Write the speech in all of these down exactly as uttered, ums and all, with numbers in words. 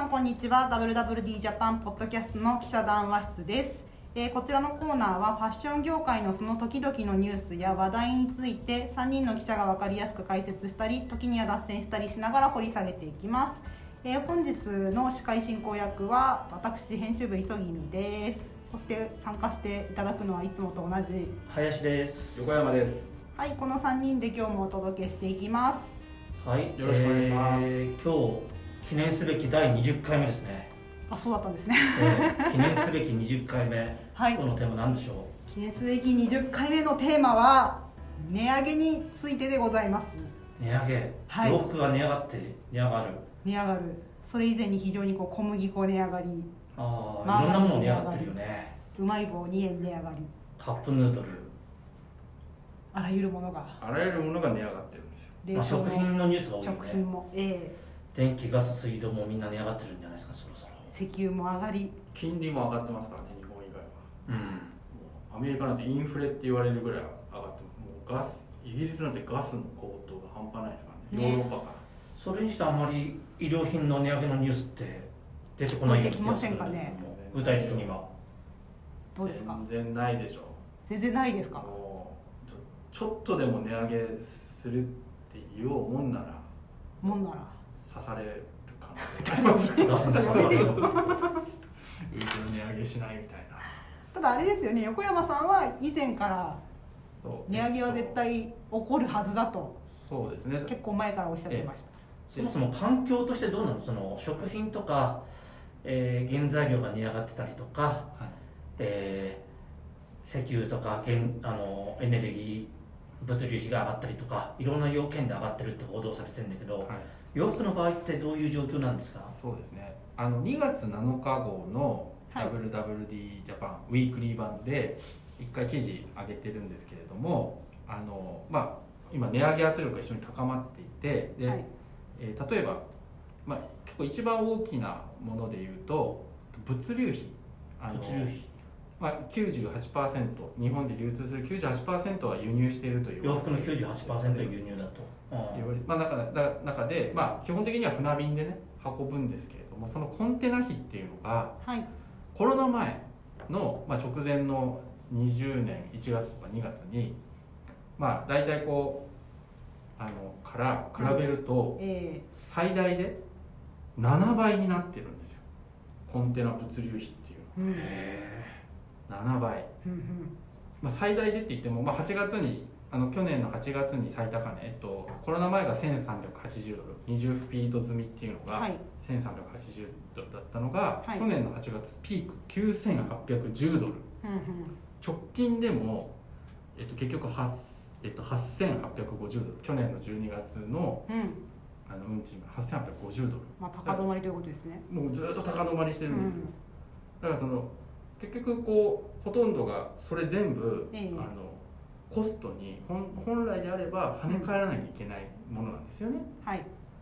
んこんにちは。 ダブリューダブリューディー ジャパンポッドキャストの記者談話室です。えー、こちらのコーナーはファッション業界のその時々のニュースや話題についてさんにんの記者が分かりやすく解説したり、時には脱線したりしながら掘り下げていきます。えー、本日の司会進行役は私、編集部磯君です。そして参加していただくのはいつもと同じ林です。 横山です。 はい、このさんにんで今日もお届けしていきます。 はい、 よろしくお願いします。 えー、今日記念すべきだいにじゅっかいめですね。 あ、そうだったんですね。 えー、記念すべきにじゅっかいめ、 はい、 今日のテーマ何でしょう。 記念すべきにじゅっかいめのテーマは値上げについてでございます。 値上げ、 はい、 洋服が値上がって値上がる値上がる。それ以前に非常にこう小麦粉値上がり、 あ、まあ、いろんなもの値上がってるよね。 うまい棒にえん値上がり、 カップヌードル、 あらゆるものがあらゆるものが値上がってるんですよ。 まあ、食品のニュースが多いよね。 食品も、えー、電気ガス水道もみんな値上がってるんじゃないですか。そろそろ石油も上がり、 金利も上がってますからね、日本以外は。 うん、 もうアメリカなんてインフレって言われるぐらい上がってます。もうガス、イギリスなんてガスの高騰が半端ないですからね、ヨーロッパから。 それにしてあんまり衣料品の値上げのニュースって出てこないような気がするんだけども、 ね、 具体的にはどうですか。 全然ないでしょう。 全然ないですか。 もうちょ、ちょっとでも値上げするって言おうもんならもんなら刺される可能性がありますよ。 やめてよ。 値上げしないみたいな。 ただあれですよね、横山さんは以前から値上げは絶対起こるはずだと、 そうですね、 結構前からおっしゃってました。 そもそも環境としてどうなの。その食品とか、えー、原材料が値上がってたりとか、はい、えー、石油とか原あのエネルギー物流費が上がったりとか、いろんな要件で上がってるって報道されてるんだけど、はい、洋服の場合ってどういう状況なんですか。 そうですね、あのにがつなのか号の ダブリューダブリューディー ジャパンウィークリー版でいっかい記事上げてるんですけれども、あの、まあ、今値上げ圧力が非常に高まっていて、で、はい、えー、例えば、まあ、結構一番大きなものでいうと物流費、あの物流費、 まあ、きゅうじゅうはちパーセント、日本で流通する きゅうじゅうはちパーセント は輸入しているという洋服の きゅうじゅうはちパーセント 輸入だと、 まあ、中, 中で、まあ、基本的には船便でね運ぶんですけれども、そのコンテナ費っていうのが、はい、コロナ前の、まあ、直前のにじゅうねんいちがつとかにがつに、まあ、大体こうあのから比べると最大でななばいになってるんですよ、コンテナ物流費っていうのは、うん、ななばい、うんうん、まあ、最大でって言っても、まあ、はちがつにあの去年のはちがつに最高値、えっと、コロナ前がせんさんびゃくはちじゅうドル、にじゅうフィート積みっていうのがせんさんびゃくはちじゅうドルだったのが、はい、去年のはちがつピークきゅうせんはっぴゃくじゅうドル、うんうん、直近でも、えっと、結局はっえっと、はっせんはっぴゃくごじゅうドル、去年のじゅうにがつの、うん、あの運賃がはっせんはっぴゃくごじゅうドル、 まあ、高止まりということですね。 もうずっと高止まりしてるんですよ、うん、だからその結局こうほとんどがそれ全部、えー、あのコストに本本来であれば跳ね返らなきゃいけないものなんですよね、うん、はい。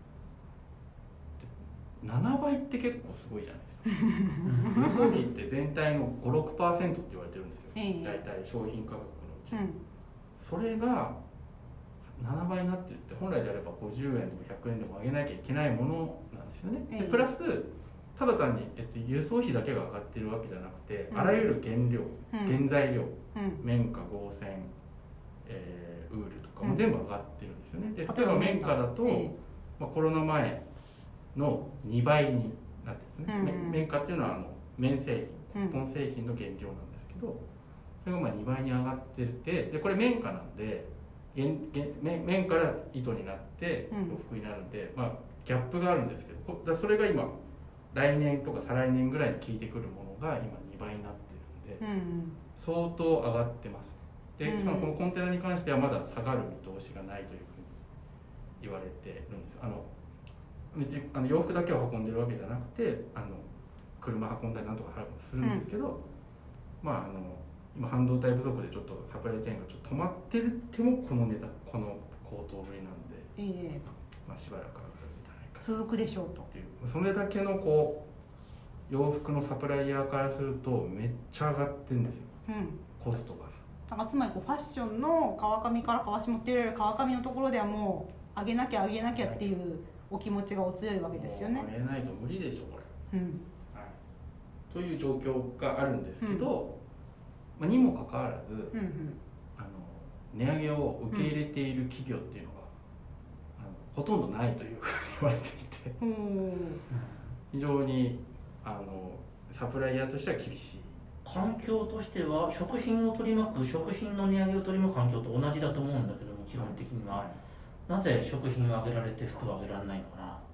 ななばいって結構すごいじゃないですか。輸送費って全体の ご、ろくパーセント って言われてるんですよ、えー、大体商品価格のうち、うん、それがななばいになってるって、本来であればごじゅうえんでもひゃくえんでも上げなきゃいけないものなんですよね、えー、でプラスただ単に、えっと、輸送費だけが上がってるわけじゃなくて、うん、あらゆる原料、うん、原材料、うん、綿花、合成、えー、ウールとかも全部上がってるんですよね、うん、で例えば綿花だと、えーまあ、コロナ前のにばいになってるんですね、うん、綿花っていうのはあの綿製品、コットン製品の原料なんですけど、それがまあにばいに上がってて、でこれ綿花なんで原原綿から糸になって洋服になるんで、うん、まあ、ギャップがあるんですけど、だそれが今来年とか再来年ぐらいに効いてくるものが今にばいになってるんで、うん、相当上がってます。でしかもこのコンテナに関してはまだ下がる見通しがないというふうに言われてるんです。あの別にあの洋服だけを運んでるわけじゃなくて、あの車運んだりなんとかするんですけど、うん、まああの今半導体不足でちょっとサプライチェーンがちょっと止まってるってもこの値段、この高騰ぶりなんで、えーまあ、しばらく上がるんじゃないか続くでしょうとっていう、それだけのこう洋服のサプライヤーからするとめっちゃ上がってるんですよ、うん、コストが。 だからつまりこうファッションの川上から川下っていう川上のところではもう上げなきゃ上げなきゃっていうお気持ちがお強いわけですよね。 上げないと無理でしょこれ。 うんはい、という状況があるんですけど、うんまあ、にもかかわらず、うんうん、あの値上げを受け入れている企業っていうのが、うん、あのほとんどないというふうに言われていて、うん、非常にあのサプライヤーとしては厳しい。 環境としては食品を取り巻く食品の値上げを取り巻く環境と同じだと思うんだけども、基本的には、はい、なぜ食品は上げられて服は上げられないのかな。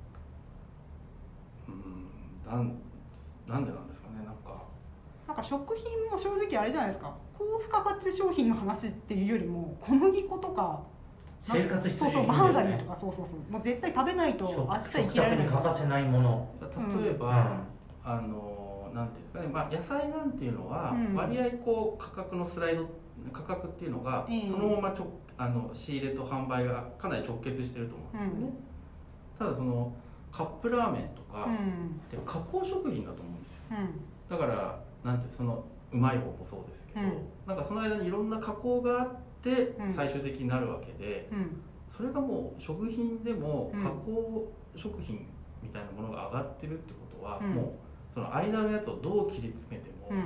うんなんなんでなんですかね。なんかなんか食品も正直あれじゃないですか、高付加価値商品の話っていうよりも小麦粉とか生活必需品、 ね、そうそうマーガリンとかそうそうそうもう絶対食べないと明日生きられない。 食卓に欠かせないもの。 例えば、うん、あのなんていうんですかね、まあ、野菜なんていうのは割合こう価格のスライド価格っていうのがそのままちょあの仕入れと販売がかなり直結してると思うんですよね、うん、ただそのカップラーメンとかって加工食品だと思うんですよ、うん、だからなんてそのうまい棒もそうですけど、うん、なんかその間にいろんな加工があって最終的になるわけで、うん、それがもう食品でも加工食品みたいなものが上がってるってことは、うん、もうその間のやつをどう切りつけても、うん、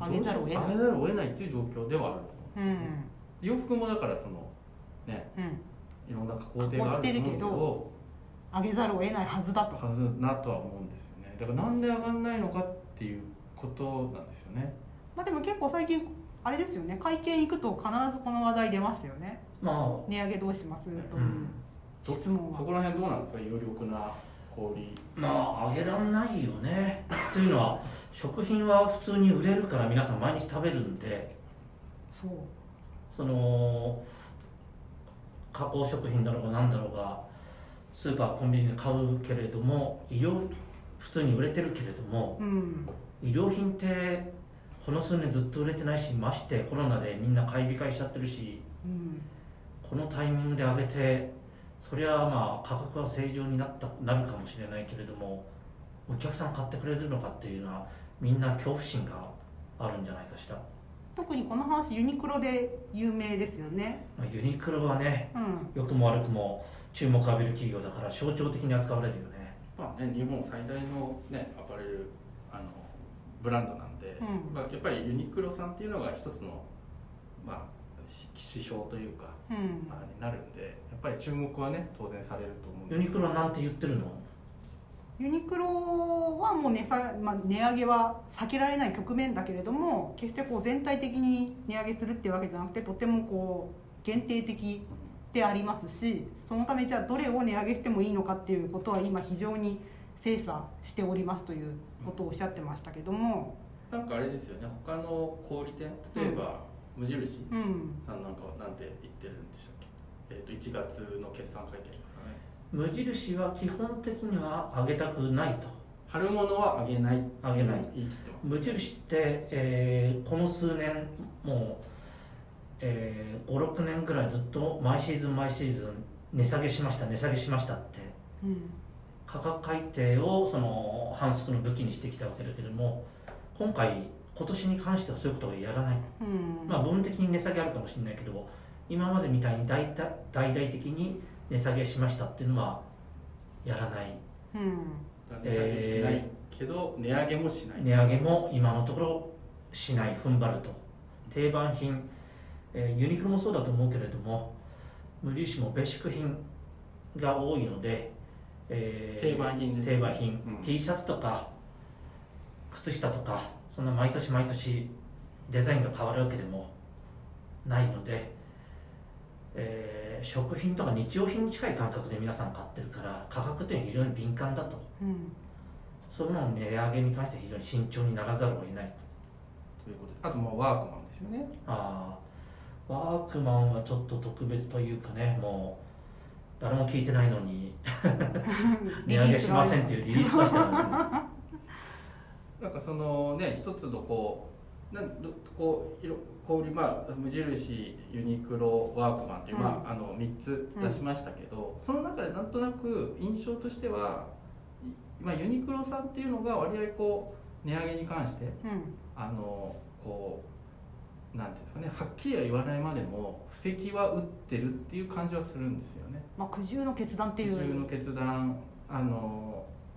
上げざるを得ない上げざるを得ないっていう状況ではあると思うんですよね、うん、洋服もだからそのね、うん、いろんな加工程があると思うけど上げざるを得ないはずだとはずなとは思うんですよね。だからなんで上がんないのかっていうことなんですよね。 まあでも結構最近あれですよね、会見行くと必ずこの話題出ますよね、まあ、値上げどうしますという質問は、うん、 そこら辺どうなんですか、有力な小売。 まあ上げらんないよねというのは食品は普通に売れるから皆さん毎日食べるんで、 そうその加工食品だろうが何だろうがスーパーコンビニで買うけれども、医療普通に売れてるけれども、うん、医療品ってこの数年ずっと売れてないし、ましてコロナでみんな買い控えしちゃってるし、うん、このタイミングで上げてそりゃまあ価格は正常になったなるかもしれないけれども、お客さん買ってくれるのかっていうのはみんな恐怖心があるんじゃないかしら。 特にこの話ユニクロで有名ですよね。 まあ、ユニクロはね、うん、良くも悪くも注目を浴びる企業だから象徴的に扱われるよね。 まあね、日本最大の、ね、アパレルあのブランドなんで、うんまあ、やっぱりユニクロさんっていうのが一つの、まあ、指標というか、うん、あになるんで、やっぱり注目はね当然されると思うんです。 ユニクロはなんて言ってるの？ ユニクロはもう 値, 下、まあ、値上げは避けられない局面だけれども、決してこう全体的に値上げするっていうわけじゃなくて、とてもこう限定的でありますし、そのためじゃあどれを値上げしてもいいのかっていうことは今非常に精査しておりますということをおっしゃってましたけども、 なんかあれですよね、他の小売店、例えば、うん、無印さんなんかはなんて言ってるんでしたっけ、えー、といちがつの決算会見ですかね。 無印は基本的には上げたくないと。 春物は上げない上げない言い切ってます。 無印って、えー、この数年もう、えー、ごろくねんぐらいずっと毎シーズン毎シーズン値下げしました値下げしましたって、うん、価格改定をその反則の武器にしてきたわけだけども、今回今年に関してはそういうことをやらない、うん、まあ部分的に値下げあるかもしれないけど、今までみたいに大体大々的に値下げしましたっていうのはやらない、 うん、値下げしないけど、えー、値上げもしない値上げも今のところしない、踏ん張ると。定番品、えー、ユニクロもそうだと思うけれども、無印もベーシック品が多いので、 えー、定番品です、 ね、定番品、うん、T シャツとか靴下とかそんな毎年毎年デザインが変わるわけでもないので、えー、食品とか日用品に近い感覚で皆さん買ってるから価格っていうのは非常に敏感だと、うん、そういうのの値上げに関して非常に慎重にならざるを得ないということで、あとまあワークマンですよね。 ああ、ワークマンはちょっと特別というかね、もう誰も聞いてないのに値上げしませんっていうリリース出したのになんかそのね、一つのこうなんこう小売、まあ、無印、ユニクロ、ワークマンっていう、うん、まあ、あのみっつ出しましたけど、うん、その中でなんとなく印象としては、まあ、ユニクロさんっていうのが割合こう値上げに関して、うん、あのこうなんていうんですかね、はっきりは言わないまでも布石は打ってるっていう感じはするんですよね。 まあ、苦渋の決断っていう苦渋の決断あの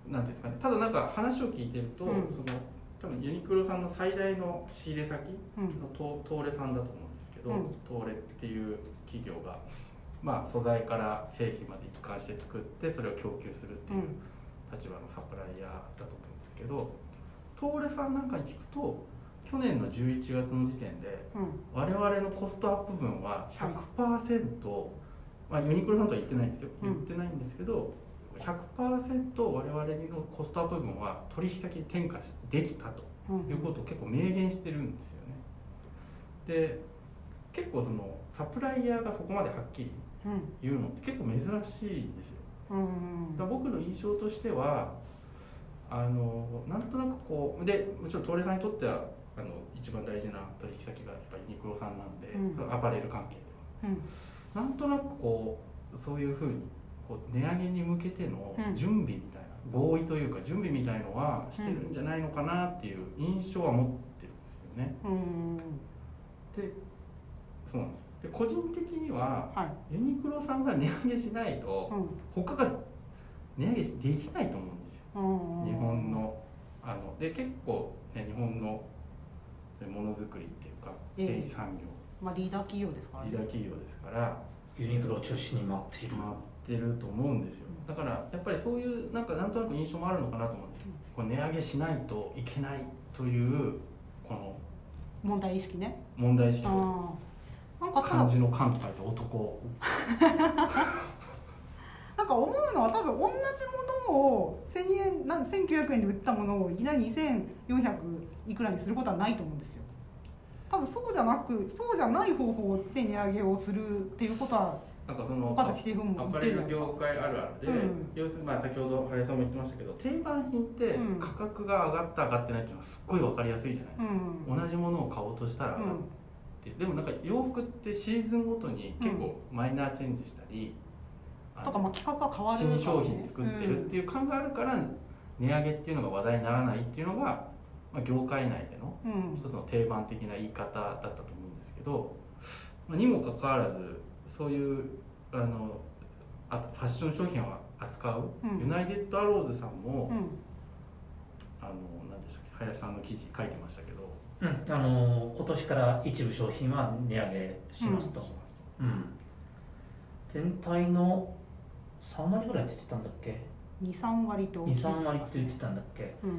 なんていうんですかね、ただなんか話を聞いてると、うん、その多分ユニクロさんの最大の仕入れ先のトーレさんだと思うんですけど、うん、トーレっていう企業が、まあ、素材から製品まで一貫して作ってそれを供給するっていう立場のサプライヤーだと思うんですけど、トーレさんなんかに聞くと去年のじゅういちがつの時点で、うん、我々のコストアップ分は ひゃくパーセント、はい、まあ、ユニクロさんとは言ってないんですよ、言ってないんですけど、ひゃくパーセント 我々のコストアップ分は取引先に転嫁できたということを結構明言してるんですよね。で結構そのサプライヤーがそこまではっきり言うのって結構珍しいんですよ。だから僕の印象としてはあのなんとなくこうでもちろん東レさんにとってはあの一番大事な取引先がやっぱりユニクロさんなんで、うん、アパレル関係では、うん、なんとなくこうそういうふうにこう値上げに向けての準備みたいな、うん、合意というか準備みたいのはしてるんじゃないのかなっていう印象は持ってるんですよね。うん、でそうなんですよ。で個人的には、はい、ユニクロさんが値上げしないと、うん、他が値上げできないと思うんですよ。うん、日本のあので結構、ね、日本のものづくりっていうか製品産業、 えーまあ、リーダー企業ですからね。 リーダー企業ですからユニクロを中心に回っている回ってると思うんですよ。だからやっぱりそういうなんかなんとなく印象もあるのかなと思うんですよ。こう値上げしないといけないというこの問題意識ね。 問題意識となんか漢字の漢と書いて男なんか思うのは多分同じものをせんえんなんせんきゅうひゃくえんで売ったものをいきなりにせんよんひゃくいくらにすることはないと思うんですよ。多分そうじゃなくそうじゃない方法で値上げをするっていうことはなんかその岡崎製粉も言ってるじゃないですか。アパレル業界あるあるで、うん、要するにまあ先ほど林さんも言ってましたけど定番品って価格が上がった上がってないっていうのはすっごい分かりやすいじゃないですか、うん、同じものを買おうとしたら上がって、うん、でもなんか洋服ってシーズンごとに結構マイナーチェンジしたり、 うん、とかまあ企画が変わる、 新商品作ってるっていう感があるから、値上げっていうのが話題にならないっていうのが、まあ、業界内での一つの定番的な言い方だったと思うんですけど、まあ、にもかかわらずそういうあのあファッション商品を扱う、うん、ユナイテッドアローズさんも、うん、あの何でしたっけ林さんの記事書いてましたけど、 うん、あの今年から一部商品は値上げしますと、うんうん、全体のさんわりぐらいって言ってたんだっけ。 にさんわりとにさんわりって言ってたんだっけ、うん、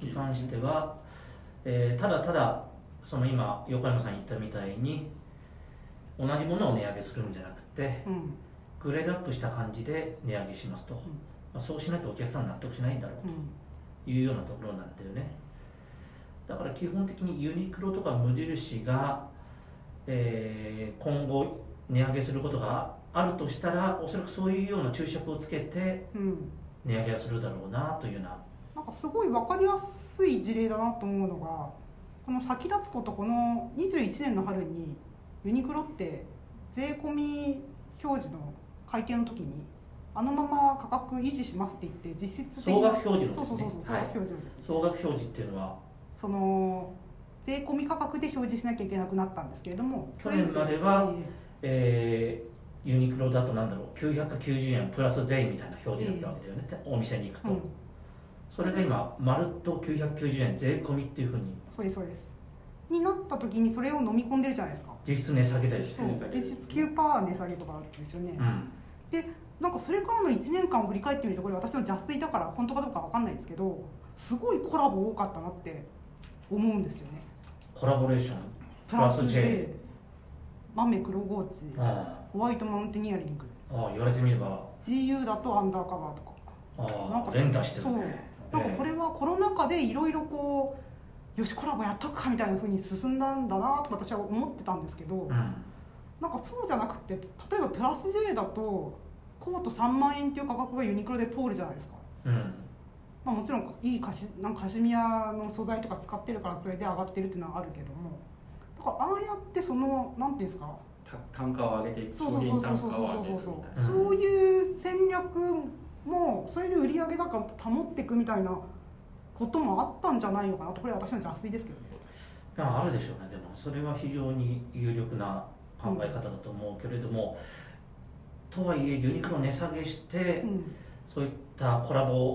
に関しては、えー、ただただその今横山さん言ったみたいに同じものを値上げするんじゃなくて、うん、グレードアップした感じで値上げしますと、うんまあ、そうしないとお客さん納得しないんだろうというようなところなんだよね。だから基本的にユニクロとか無印が、えー、今後値上げすることがあるとしたらおそらくそういうような注釈をつけて値上げはするだろうなというような、 なんかすごい分かりやすい事例だなと思うのがこの先立つことこのにじゅういちねんの春にユニクロって税込み表示の改定の時にあのまま価格維持しますって言って実質的に総額表示の、 ね、そうそうそうそう、はい、総額表示の総額表示っていうのはその税込み価格で表示しなきゃいけなくなったんですけれども、 去年までは、えー、ユニクロだとなんだろうきゅうひゃくきゅうじゅうえんプラス税みたいな表示だったわけだよね、えー、お店に行くと、うん、それが今まるっときゅうひゃくきゅうじゅうえん税込みっていうふうにそうですそうですになった時にそれを飲み込んでるじゃないですか。 実質値下げだよ。 実質 きゅうパーセント 値下げとかあるんですよね、うん、でなんかそれからのいちねんかんを振り返ってみるとこれ私の邪推だから本当かどうか分かんないですけどすごいコラボ多かったなって思うんですよね。 コラボレーションプラス J 豆黒ゴーチホワイトマウンテニアリングああ言われてみればジーユー だとアンダーカバーとかあなんか連打してるね。 なんかこれはコロナ禍でいろいろこうよしコラボやっとくかみたいな風に進んだんだなと私は思ってたんですけど、うん、なんかそうじゃなくて例えばプラス J だとコートさんまんえんっていう価格がユニクロで通るじゃないですか、うんまあ、もちろんいいカシなんかカシミヤの素材とか使ってるからそれで上がってるっていうのはあるけどもだからああやってそのなんていうんですか単価を上げていくそうそうそうそうそうそうそうそういう戦略もそれで売上高保っていくみたいなこともあったんじゃないのかなとこれは私の邪推ですけどね。 いやあるでしょうね。でもそれは非常に有力な考え方だと思うけれども、うん、とはいえユニクロ値下げして、うん、そういったコラボ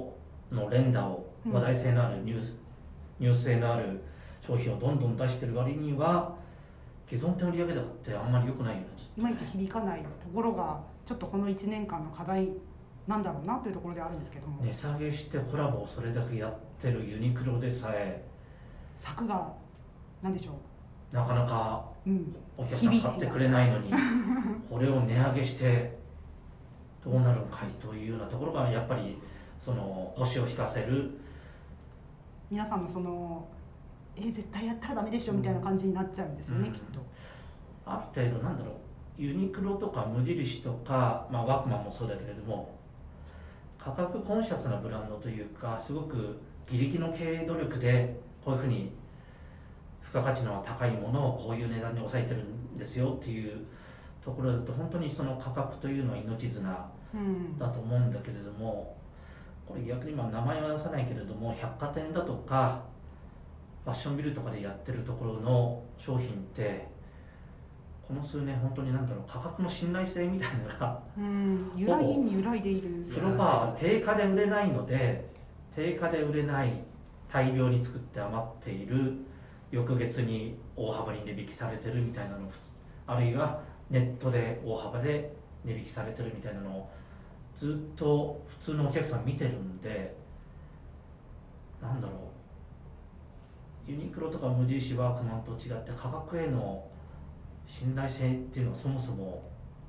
の連打を話題性のあるニュース、うん、ニュース性のある商品をどんどん出してる割には既存店売上高ってあんまり良くないよね。 いまいち響かないところがちょっとこのいちねんかんの課題なんだろうなというところであるんですけども、 値下げしてコラボをそれだけやってるユニクロでさえ策が何でしょう、なかなかお客さん買ってくれないのに、うん、これを値上げしてどうなるんかいというようなところがやっぱりその腰を引かせる皆さんのそのえー、絶対やったらダメでしょみたいな感じになっちゃうんですよね、うん、きっと。 ある程度なんだろう、ユニクロとか無印とか、まあ、ワークマンもそうだけれども価格コンシャスなブランドというか、すごくギリギリの経営努力でこういうふうに付加価値の高いものをこういう値段に抑えてるんですよっていうところだと、本当にその価格というのは命綱だと思うんだけれども、これ逆にまあ名前は出さないけれども百貨店だとかファッションビルとかでやってるところの商品ってこの数年本当に何だろう、価格の信頼性みたいなのが、 うん、揺らぎに揺らいでいる。 プロパー定価で売れないので、定価で売れない大量に作って余っている、翌月に大幅に値引きされてるみたいなの、あるいはネットで大幅で値引きされてるみたいなのをずっと普通のお客さん見てるんで、なんだろう、ユニクロとか無印ワークマンと違って価格への信頼性っていうのはそもそも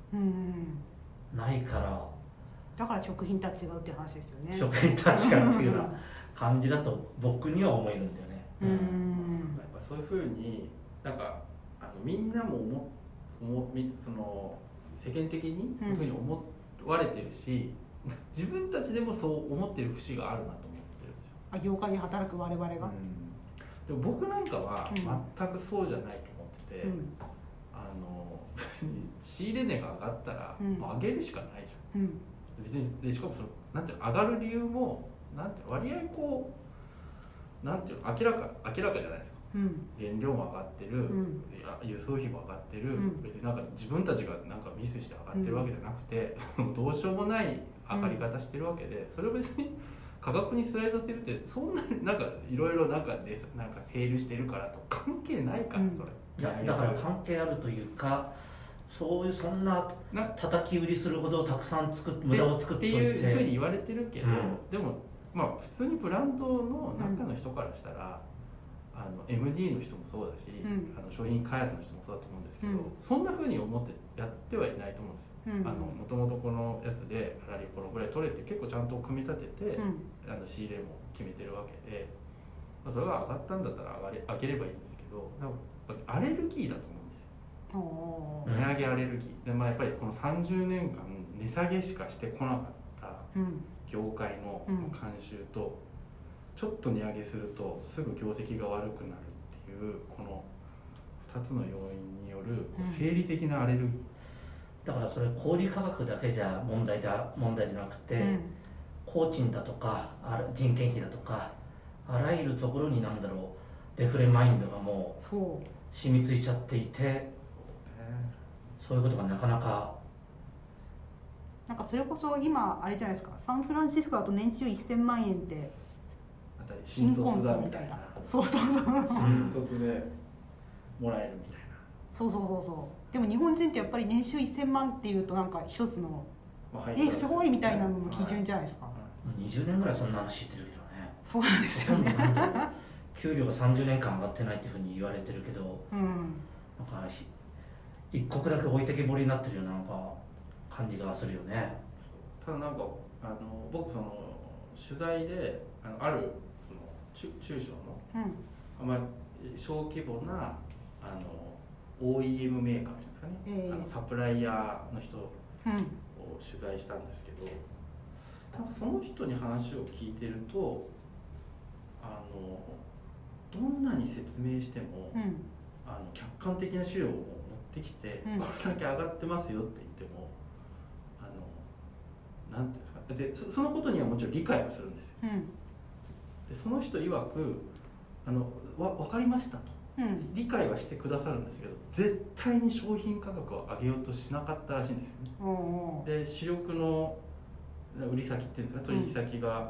ないから、うん、 だから食品とは違うっていう話ですよね。 食品とは違うっていうような感じだと僕には思えるんだよね。 うん、やっぱそういうふうになんかあのみんなも思思その世間的にそういうふうに思われてるし、うん、自分たちでもそう思ってる節があるなと思ってるんですよ。 あ、業界に働く我々が、うん、 でも僕なんかは全くそうじゃないと思ってて、うん、あの別に仕入れ値が上がったら、うん、上げるしかないじゃん、うん、別にでしかもそのなんていうの、上がる理由もなんていうの、割合こうなんていうの、明らか明らかじゃないですか、うん、原料も上がってる、うん、輸送費も上がってる、うん、別になんか自分たちがなんかミスして上がってるわけじゃなくて、うん、どうしようもない上がり方してるわけで、それを別に価格にスライドさせるってそんなになんかいろいろなんかでなんかセールしてるからと関係ないから、うん、それ。 いやだから関係あるというか、そういうそんな叩き売りするほどたくさん作っ無駄を作っといてっていうふうに言われてるけど、うん、でもまあ普通にブランドの中の人からしたら、うん、あの エムディー の人もそうだし、うん、あの商品開発の人もそうだと思うんですけど、うん、そんなふうに思ってやってはいないと思うんですよ。もともとこのやつであらりこのぐらい取れて結構ちゃんと組み立てて、うん、あの仕入れも決めてるわけで、まあ、それが上がったんだったら上がれ上げればいいんですけど、なんかアレルギーだと思うんですよ。値上げアレルギーで、まあ、やっぱりこのさんじゅうねんかん値下げしかしてこなかった業界の慣習と、ちょっと値上げするとすぐ業績が悪くなるっていうこのふたつの要因による生理的なアレルギー、うん、 だからそれ小売価格だけじゃ問題だ問題じゃなくて、うん、工賃だとか人件費だとかあらゆるところに何だろう、デフレマインドがもう染みついちゃっていて、そういうことがなかなかなんかそれこそ今あれじゃないですか、サンフランシスコだと年収せんまんえんって新卒だみたいな、 そうそうそう新卒でもらえるみたいな、 そうそうそうそう。でも日本人ってやっぱり年収せんまんっていうとなんか一つの、まあ、えすごいみたいなのの基準じゃないですか、はい、 にじゅうねんぐらいそんな話してるけどね。 そうなんですよね給料がさんじゅうねんかん上がってないっていうふうに言われてるけど、うん、なんか一国だけ置いてけぼりになってるようななんか感じがするよね。 ただなんかあの僕その取材であのあるその 中, 中小の、うん、あまり小規模なあの オーイーエム メーカーっていうんですかね、えー、あのサプライヤーの人を取材したんですけど、うん、なんかその人に話を聞いてると、あのどんなに説明しても、うん、あの客観的な資料を持ってきて、うん、これだけ上がってますよって言っても、あのなんていうんですか、で そ, そのことにはもちろん理解はするんですよ、うん、でその人曰くあのわ分かりましたと、うん、理解はしてくださるんですけど、絶対に商品価格を上げようとしなかったらしいんですよね。おうおうで主力の売り先っていうんですか、取引先が、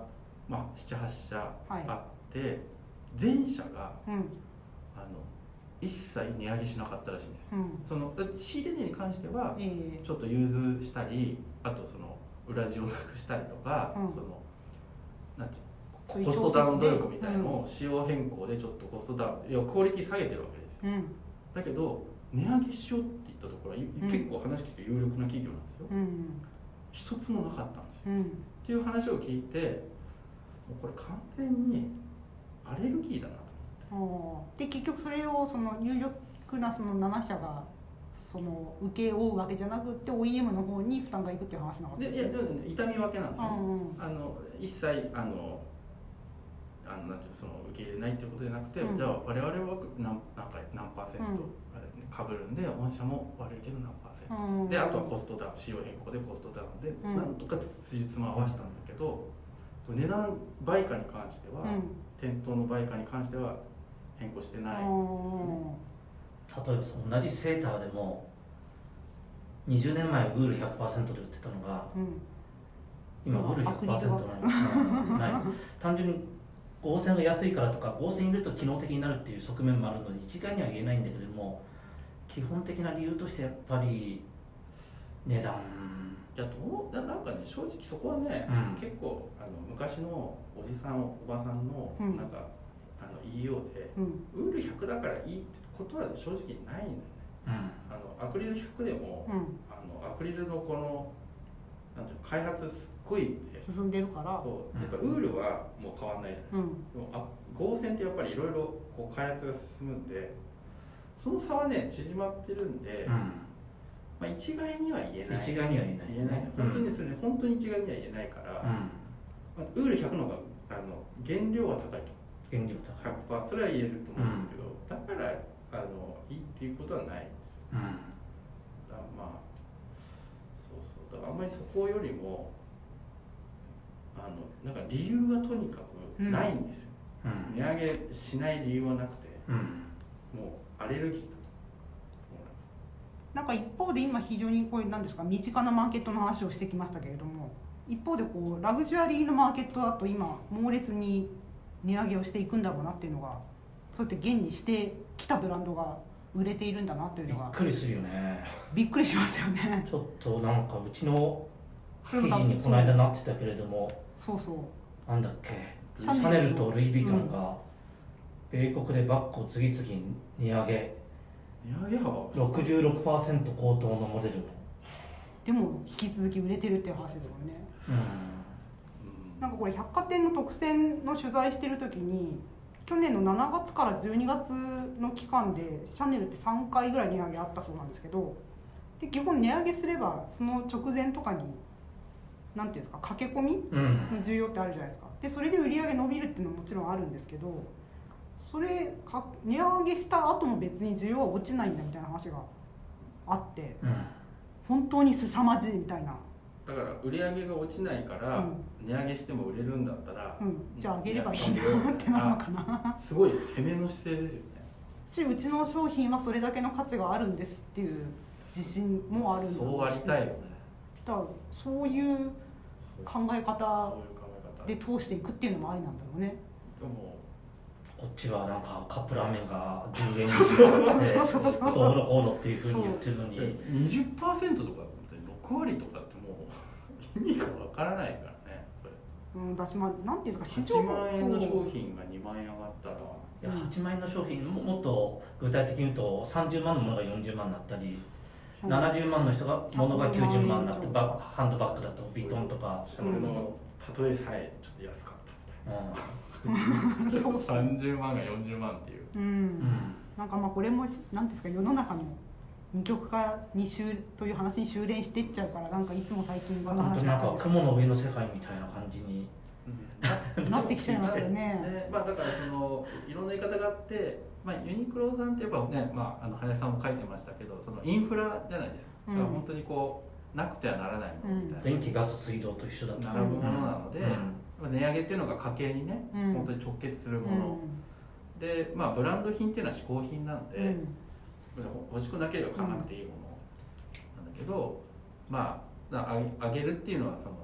まあ、ななはち社あって、はい、全社が、うん、あの一切値上げしなかったらしいんですよ、うん、その仕入れ値に関してはちょっと融通したり、あとその裏地をなくしたりとか、うん、そのなんていうコストダウン努力みたいなのを仕様変更でちょっとコストダウン、要はクオリティ下げてるわけですよ、うん、だけど値上げしようって言ったところは、うん、結構話聞くと有力な企業なんですよ、うん、一つもなかったんですよ、うん、っていう話を聞いて、もうこれ完全にアレルギーだなと思って。 で結局それをその有力なそのなな社がその受け負うわけじゃなくて オーイーエム の方に負担がいくっていう話なわけですよ。 でいや痛み分けなんですよ、うんうん、あの一切あのあのなんていうその受け入れないっていうことじゃなくて、うん、じゃあ我々は何何回何パーセント、うん、かぶるんで御社も悪いけど何パーセント、うん、であとはコストダウン、仕様変更でコストダウンで、うん、なんとか辻褄合わせたんだけど、うん、値段売価に関しては、うん、店頭の売価に関しては変更してないんですよね。 例えばその同じセーターでもにじゅうねんまえウール ひゃくパーセント で売ってたのが、うん、今ウール ひゃくパーセント なない単純に合成が安いからとか合成に入れると機能的になるっていう側面もあるので一概には言えないんだけれども、基本的な理由としてやっぱり値段、 いやどうななんかね、正直そこはね、うん、結構あの昔のおじさんおばさんのなんか、うんあの言いようで、うん、ウールひゃくだからいいってことは正直ないんだよね、うん、あのアクリルひゃくでも、うん、あのアクリルのこのなんていうの開発すっごい進んでるから、 そうやっぱウールはもう変わんないじゃないですか、うん、でもあ合成ってやっぱりいろいろ開発が進むんで、その差はね縮まってるんで、うんまあ、一概には言えない一概には言えない言えない本当にそれ、ね、本当に一概には言えないから、うんまあ、ウールひゃくの方があの原料は高いと原料高いひゃくパーセント それは言えると思うんですけど、うん、だからあのいいっていうことはないんですよ、うん、だまあそうそうだからあんまりそこよりもあのなんか理由はとにかくないんですよ、うん、値上げしない理由はなくて、うん、もうアレルギーだとなんか一方で今非常にこういうなんですか身近なマーケットの話をしてきましたけれども、一方でこうラグジュアリーのマーケットだと今猛烈に値上げをしていくんだろうなっていうのが、そうやって現にしてきたブランドが売れているんだなというのがびっくりするよね。 びっくりしますよね。 ちょっとなんかうちの記事にこの間なってたけれども、 そうそうなんだっけシャネルとルイ・ヴィトンが米国でバッグを次々に値上げ、 値上げ幅ろくじゅうろくパーセント 高騰のモデルもでも引き続き売れてるっていう話ですもんね、うんなんかこれ百貨店の特選の取材してる時に去年のしちがつからじゅうにがつの期間でシャネルってさんかいぐらい値上げあったそうなんですけど、で基本値上げすればその直前とかになんていうんですか駆け込みの需要ってあるじゃないですか。でそれで売り上げ伸びるっていうのももちろんあるんですけど、それか値上げした後も別に需要は落ちないんだみたいな話があって、うん、本当に凄まじいみたいな。 だから売り上げが落ちないから値上げしても売れるんだったら、 うん、じゃあ上げればいいなってなるのかな。 すごい攻めの姿勢ですよね。 しうちの商品はそれだけの価値があるんですっていう自信もあるんだろうし、 そうありたいよね。 だからそういう考え方で通していくっていうのもありなんだろうね。 でもこっちはなんかカップラーメンがじゅうえんにしてどうのこうのっていうふうに言ってるのににじゅっパーセント とかろくわりとかってもう意味がわからないからね。 うん、私まあなんていうんですか市場はちまんえんの商品がにまんえん上がったら、いやはちまんえんの商品 も, もっと具体的に言うとさんじゅうまんのものがよんじゅうまんになったり、うん、ななじゅうまんの人がものがきゅうじゅうまんになってバハンドバッグだとビトンとかそれの例えさえちょっと安かったみたいな、うん、そうさんじゅうまんがよんじゅうまんっていう、うんうん、 なんかまあこれもなんですか世の中の二極化に修という話に修練していっちゃうから、なんかいつも最近この話なんか雲の上の世界みたいな感じに、 うん、なってきちゃいますよね。 ね、まあ、だからそのいろんな言い方があって、まあ、ユニクロさんってやっぱね、まあ、あの林さんも書いてましたけど、そのインフラじゃないですか、うん、だから本当にこうなくてはならないものみたいな、うん、 電気ガス水道と一緒だと並ぶものなので、うん、値上げっていうのが家計にね、うん、本当に直結するもの、うん、で、まあ、ブランド品っていうのは嗜好品なんで、うん欲しくなければ買わなくていいものなんだけど、うん、まあ上げるっていうのはその一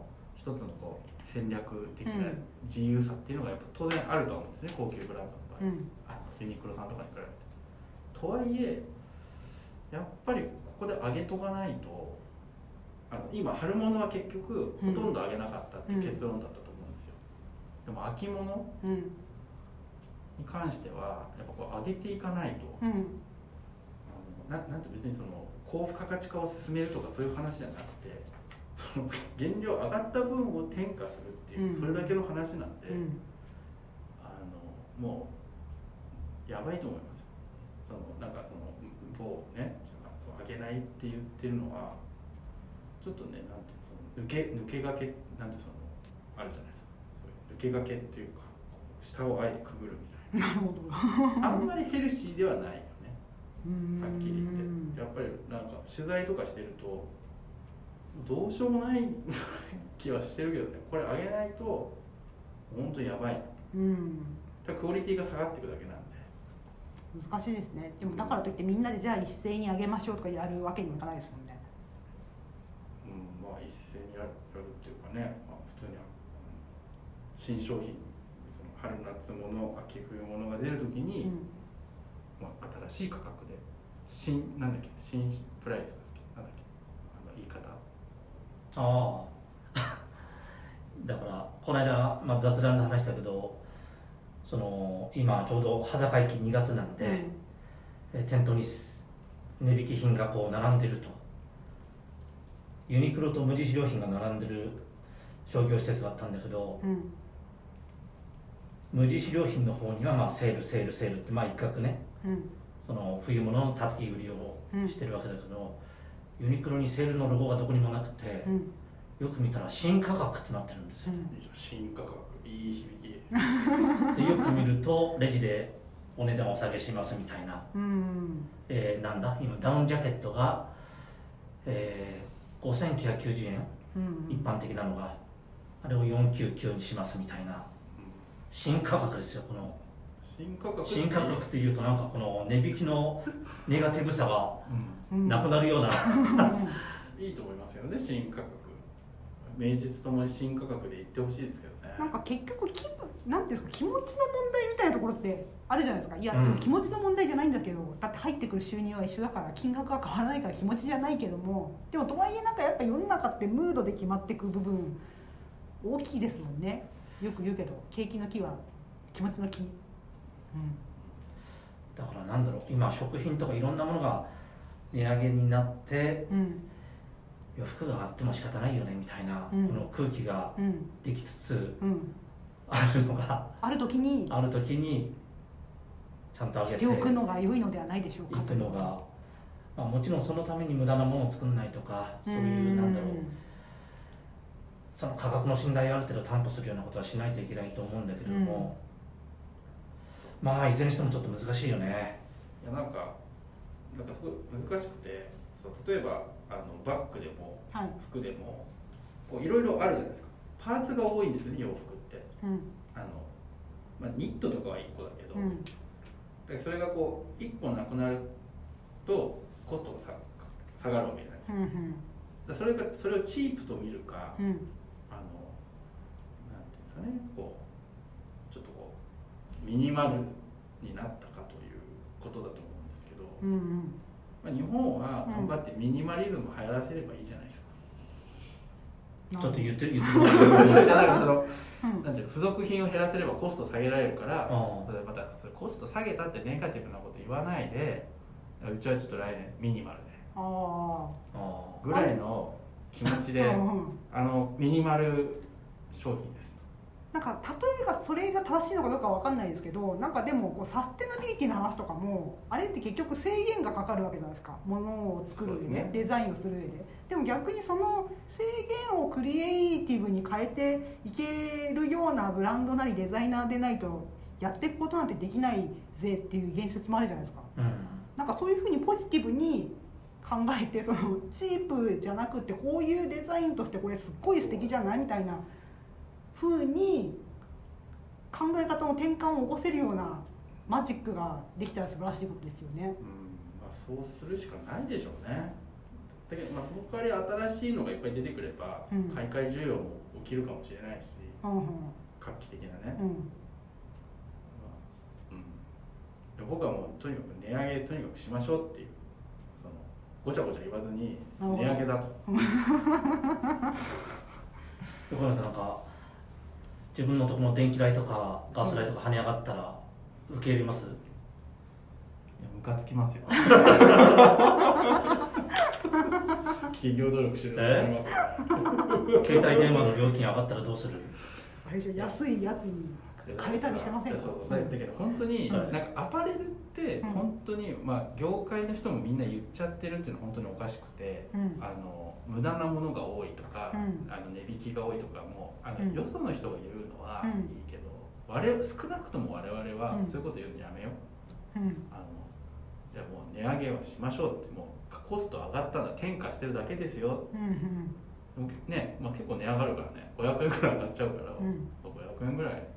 一つのこう戦略的な自由さっていうのがやっぱ当然あると思うんですね、高級ブランドの場合、うん、あのユニクロさんとかに比べて。とはいえやっぱりここで上げとかないと、あの今春物は結局ほとんど上げなかったっていう結論だったと思うんですよ、うん、でも秋物に関してはやっぱこう上げていかないと、うん、あの な, なんて別にその高付加価値化を進めるとかそういう話じゃなくて、その原料上がった分を転嫁するっていう、うん、それだけの話なんで、うん、あのもうやばいと思いますよ。そのなんかその某ね上げないって言ってるのはちょっとね、なんていうの、抜け抜けがけなんてそのあるじゃないですか、そういう抜けがけっていうか下をあえてくぐるみたいな。 なるほど。 あんまりヘルシーではないよね。はっきり言って、やっぱりなんか取材とかしてるとどうしようもない気はしてるけどね。これ上げないと本当やばい。うん。クオリティが下がっていくだけなんで。 難しいですね。でもだからといってみんなでじゃあ一斉に上げましょうとかやるわけにもいかないですもんね。 うん、まあ一斉にやる、やるっていうかね、まあ、普通に新商品、その春夏物、秋冬物が出るときに、うん、まあ、新しい価格で新なんだっけ新プライスだっけなんだっけあの言い方。 ああだからこの間、まあ、雑談で話したけど。その今ちょうど端境期にがつなんで、うん、店頭に値引き品がこう並んでると、ユニクロと無印良品が並んでる商業施設があったんだけど、うん、無印良品の方にはまあセールセールセールってまあ一角ね、うん、その冬物の叩き売りをしてるわけだけど、ユニクロにセールのロゴがどこにもなくて、よく見たら新価格ってなってるんですよ、 新価格いい響きでよく見るとレジでお値段お下げしますみたいな、うん、えー、なんだ今ダウンジャケットが、えー、ごせんきゅうひゃくきゅうじゅうえん、うん、一般的なのがあれをよんひゃくきゅうじゅうきゅうにしますみたいな、うん、新価格ですよ。この新価格新価格っていうとなんかこの値引きのネガティブさがなくなるような、 うん、いいと思いますよね。新価格名実ともに新価格で言ってほしいですけどね。 なんか結局気分なんていうんですか、気持ちの問題みたいなところってあるじゃないですか。いや、うん、気持ちの問題じゃないんだけど、だって入ってくる収入は一緒だから金額は変わらないから気持ちじゃないけども、でもとはいえなんかやっぱ世の中ってムードで決まっていく部分大きいですもんね。よく言うけど景気の気は気持ちの気、うん、 だからなんだろう、今食品とかいろんなものが値上げになって、うん、洋服があっても仕方ないよねみたいな、うん、この空気ができつつあるのが、 うん、ある時にある時にちゃんと上げてしておくのが良いのではないでしょうかというのが、まあ、もちろんそのために無駄なものを作らないとか、そういうなんだろう、その価格の信頼をある程度担保するようなことはしないといけないと思うんだけれども、うん、まあいずれにしてもちょっと難しいよね。 いやなんかなんかすごい難しくて、そう例えばあのバッグでも、はい、服でもこういろいろあるじゃないですか。パーツが多いんですよね、洋服って、うん、あのまあ、ニットとかはいっこだけど、うん、だからそれがこういっこなくなるとコストがさ下がるわけじゃないですか、うんうん、だそれがそれをチープと見るか、うん、あのなんていうんですかね、こうちょっとこうミニマルになったかということだと思うんですけど、うんうん、まあ、日本は頑張ってミニマリズム流行らせればいいじゃないですか、 うん、ちょっと言ってる言ってるじゃなくてその、うん、なんていう付属品を減らせればコスト下げられるから、それまたそれコスト下げたってネガティブなこと言わないで、うちはちょっと来年ミニマルであぐらいの気持ちで、うん、あのミニマル商品ですと。 なんか例えばそれが正しいのかどうかは分かんないですけど、なんかでもこうサステナビリティの話とかもあれって結局制限がかかるわけじゃないですか、ものを作る上で、ね、デザインをする上で。でも逆にその制限をクリエイティブに変えていけるようなブランドなりデザイナーでないとやっていくことなんてできないぜっていう言説もあるじゃないですか、うん、なんかそういうふうにポジティブに考えて、そのチープじゃなくてこういうデザインとしてこれすっごい素敵じゃないみたいな風に考え方の転換を起こせるようなマジックができたら素晴らしいことですよね。うん、 まあ、そうするしかないでしょうね。だけど、まあ、その代わり新しいのがいっぱい出てくれば、うん、買い替え需要もきるかもしれないし、うん、画期的なね、うんうん、僕はもうとにかく値上げとにかくしましょうっていう、そのごちゃごちゃ言わずに値上げだと。 横山さん、なんか自分のところの電気代とかガス代とか跳ね上がったら受け入れます？いや、 ムカつきますよ。企業努力してると思います、 携帯電話の料金上がったらどうする？ あれじゃ安いやつに変えたりしてませんか？ そうだけど本当に、なんかアパレルって本当に、まあ業界の人もみんな言っちゃってるっていうのは本当におかしくて、うん、あの無駄なものが多いとか、うん、あの値引きが多いとかもあの、うん、よその人が言うのはいいけど、我々少なくとも我々はそういうこと言うのやめよう。うん、あのじゃあもう値上げはしましょうって、もうコスト上がったのは転嫁してるだけですよ。うんうん、ね、まあ、結構値上がるからね、ごひゃくえんくらい上がっちゃうから、うん、ごひゃくえんぐらい、まあ、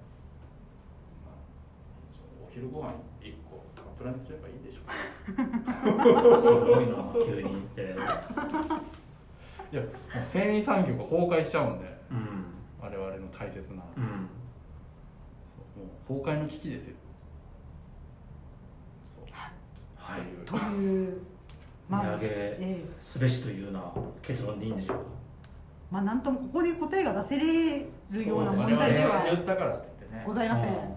お昼ご飯いっこカップラにすればいいでしょう。すごいな、急に言って。いや、もう繊維産業が崩壊しちゃうんで、うん、我々の大切な、うん、もう崩壊の危機ですよ。 はい、 という、 まあ、値上げすべしというような結論でいいんでしょうか。 まあ、なんともここで答えが出せれるような問題ではございません。はい、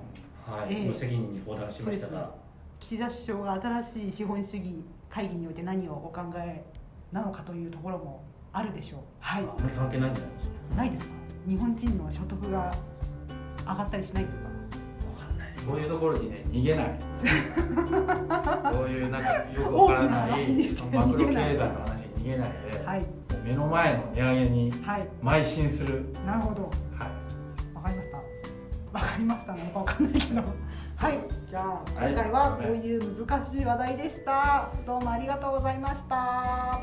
えー、無責任に放談しましたが、 岸田首相が新しい資本主義会議において何をお考えなのかというところもあるでしょう。はい、 あまり関係ないんじゃないですか。 ないですか？日本人の所得が上がったりしないですか？ そういうところにね、逃げない。そういうなんかよくわからないマクロ経済の話に逃げないで、はい、目の前の値上げに邁進する。 はい、なるほど。はい。わかりました。わかりましたのかわかんないけど。はい。じゃあ今回はそういう難しい話題でした。どうもありがとうございました。